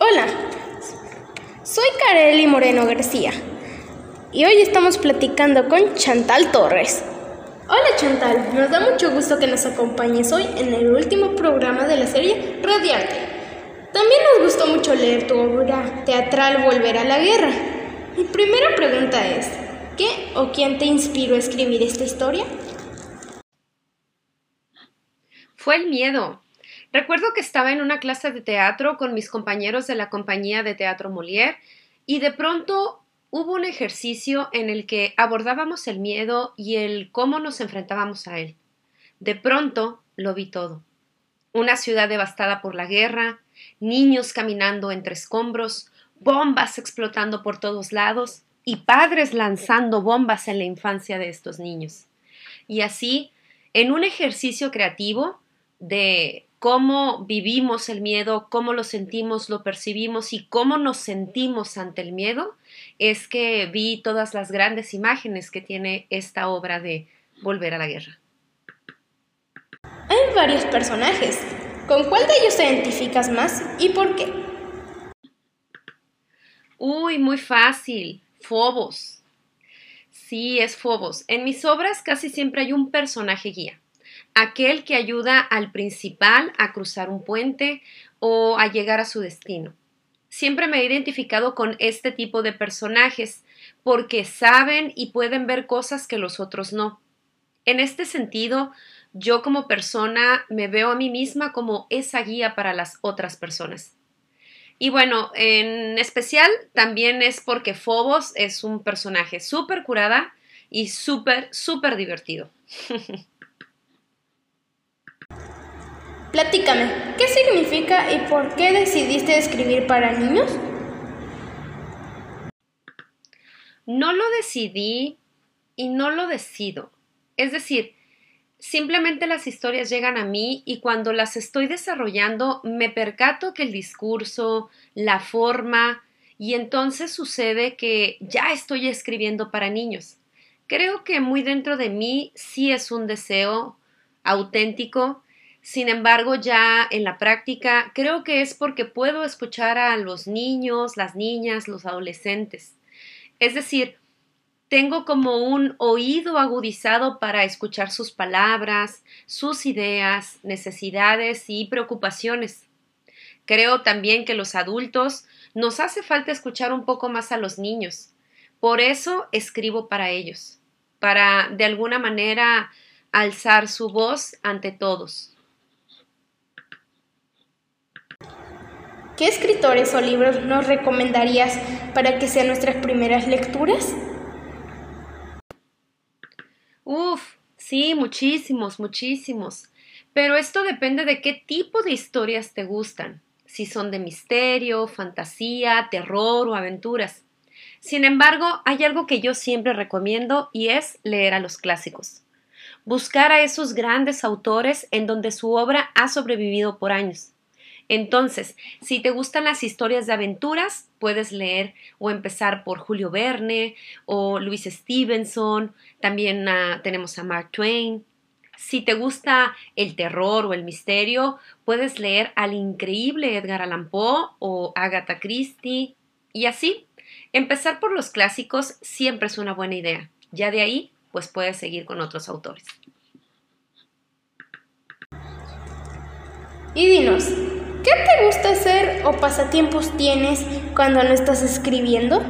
Hola, soy Kareli Moreno García y hoy estamos platicando con Chantal Torres. Hola Chantal, nos da mucho gusto que nos acompañes hoy en el último programa de la serie Radiarte. También nos gustó mucho leer tu obra teatral Volver a la Guerra. Mi primera pregunta es, ¿qué o quién te inspiró a escribir esta historia? Fue el miedo. Recuerdo que estaba en una clase de teatro con mis compañeros de la compañía de teatro Molière y de pronto hubo un ejercicio en el que abordábamos el miedo y el cómo nos enfrentábamos a él. De pronto lo vi todo. Una ciudad devastada por la guerra, niños caminando entre escombros, bombas explotando por todos lados y padres lanzando bombas en la infancia de estos niños. Y así, en un ejercicio creativo de cómo vivimos el miedo, cómo lo sentimos, lo percibimos y cómo nos sentimos ante el miedo, es que vi todas las grandes imágenes que tiene esta obra de Volver a la Guerra. Hay varios personajes. ¿Con cuál de ellos te identificas más y por qué? Uy, muy fácil. Phobos. Sí, es Phobos. En mis obras casi siempre hay un personaje guía. Aquel que ayuda al principal a cruzar un puente o a llegar a su destino. Siempre me he identificado con este tipo de personajes porque saben y pueden ver cosas que los otros no. En este sentido, yo como persona me veo a mí misma como esa guía para las otras personas. Y bueno, en especial también es porque Phobos es un personaje súper curada y súper divertido. Platícame, ¿qué significa y por qué decidiste escribir para niños? No lo decidí y no lo decido. Es decir, simplemente las historias llegan a mí y cuando las estoy desarrollando me percato que el discurso, la forma, y entonces sucede que ya estoy escribiendo para niños. Creo que muy dentro de mí sí es un deseo auténtico. Sin embargo, ya en la práctica creo que es porque puedo escuchar a los niños, las niñas, los adolescentes. Es decir, tengo como un oído agudizado para escuchar sus palabras, sus ideas, necesidades y preocupaciones. Creo también que los adultos nos hace falta escuchar un poco más a los niños. Por eso escribo para ellos, para de alguna manera alzar su voz ante todos. ¿Qué escritores o libros nos recomendarías para que sean nuestras primeras lecturas? Uf, sí, muchísimos. Pero esto depende de qué tipo de historias te gustan, si son de misterio, fantasía, terror o aventuras. Sin embargo, hay algo que yo siempre recomiendo y es leer a los clásicos. Buscar a esos grandes autores en donde su obra ha sobrevivido por años. Entonces, si te gustan las historias de aventuras, puedes leer o empezar por Julio Verne o Louise Stevenson, también tenemos a Mark Twain. Si te gusta el terror o el misterio, puedes leer al increíble Edgar Allan Poe o Agatha Christie y así. Empezar por los clásicos siempre es una buena idea. Ya de ahí, pues puedes seguir con otros autores. Y dinos, ¿qué te gusta hacer o pasatiempos tienes cuando no estás escribiendo?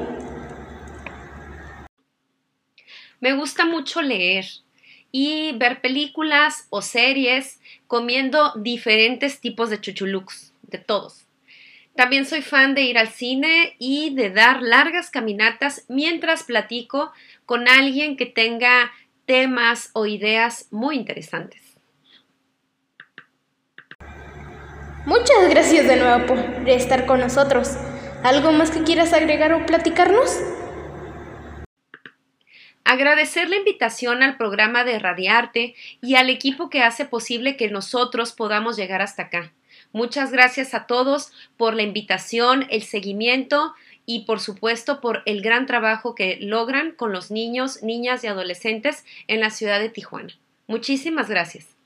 Me gusta mucho leer y ver películas o series comiendo diferentes tipos de chuchulucos, de todos. También soy fan de ir al cine y de dar largas caminatas mientras platico con alguien que tenga temas o ideas muy interesantes. Muchas gracias de nuevo por estar con nosotros. ¿Algo más que quieras agregar o platicarnos? Agradecer la invitación al programa de Radiarte y al equipo que hace posible que nosotros podamos llegar hasta acá. Muchas gracias a todos por la invitación, el seguimiento y por supuesto por el gran trabajo que logran con los niños, niñas y adolescentes en la ciudad de Tijuana. Muchísimas gracias.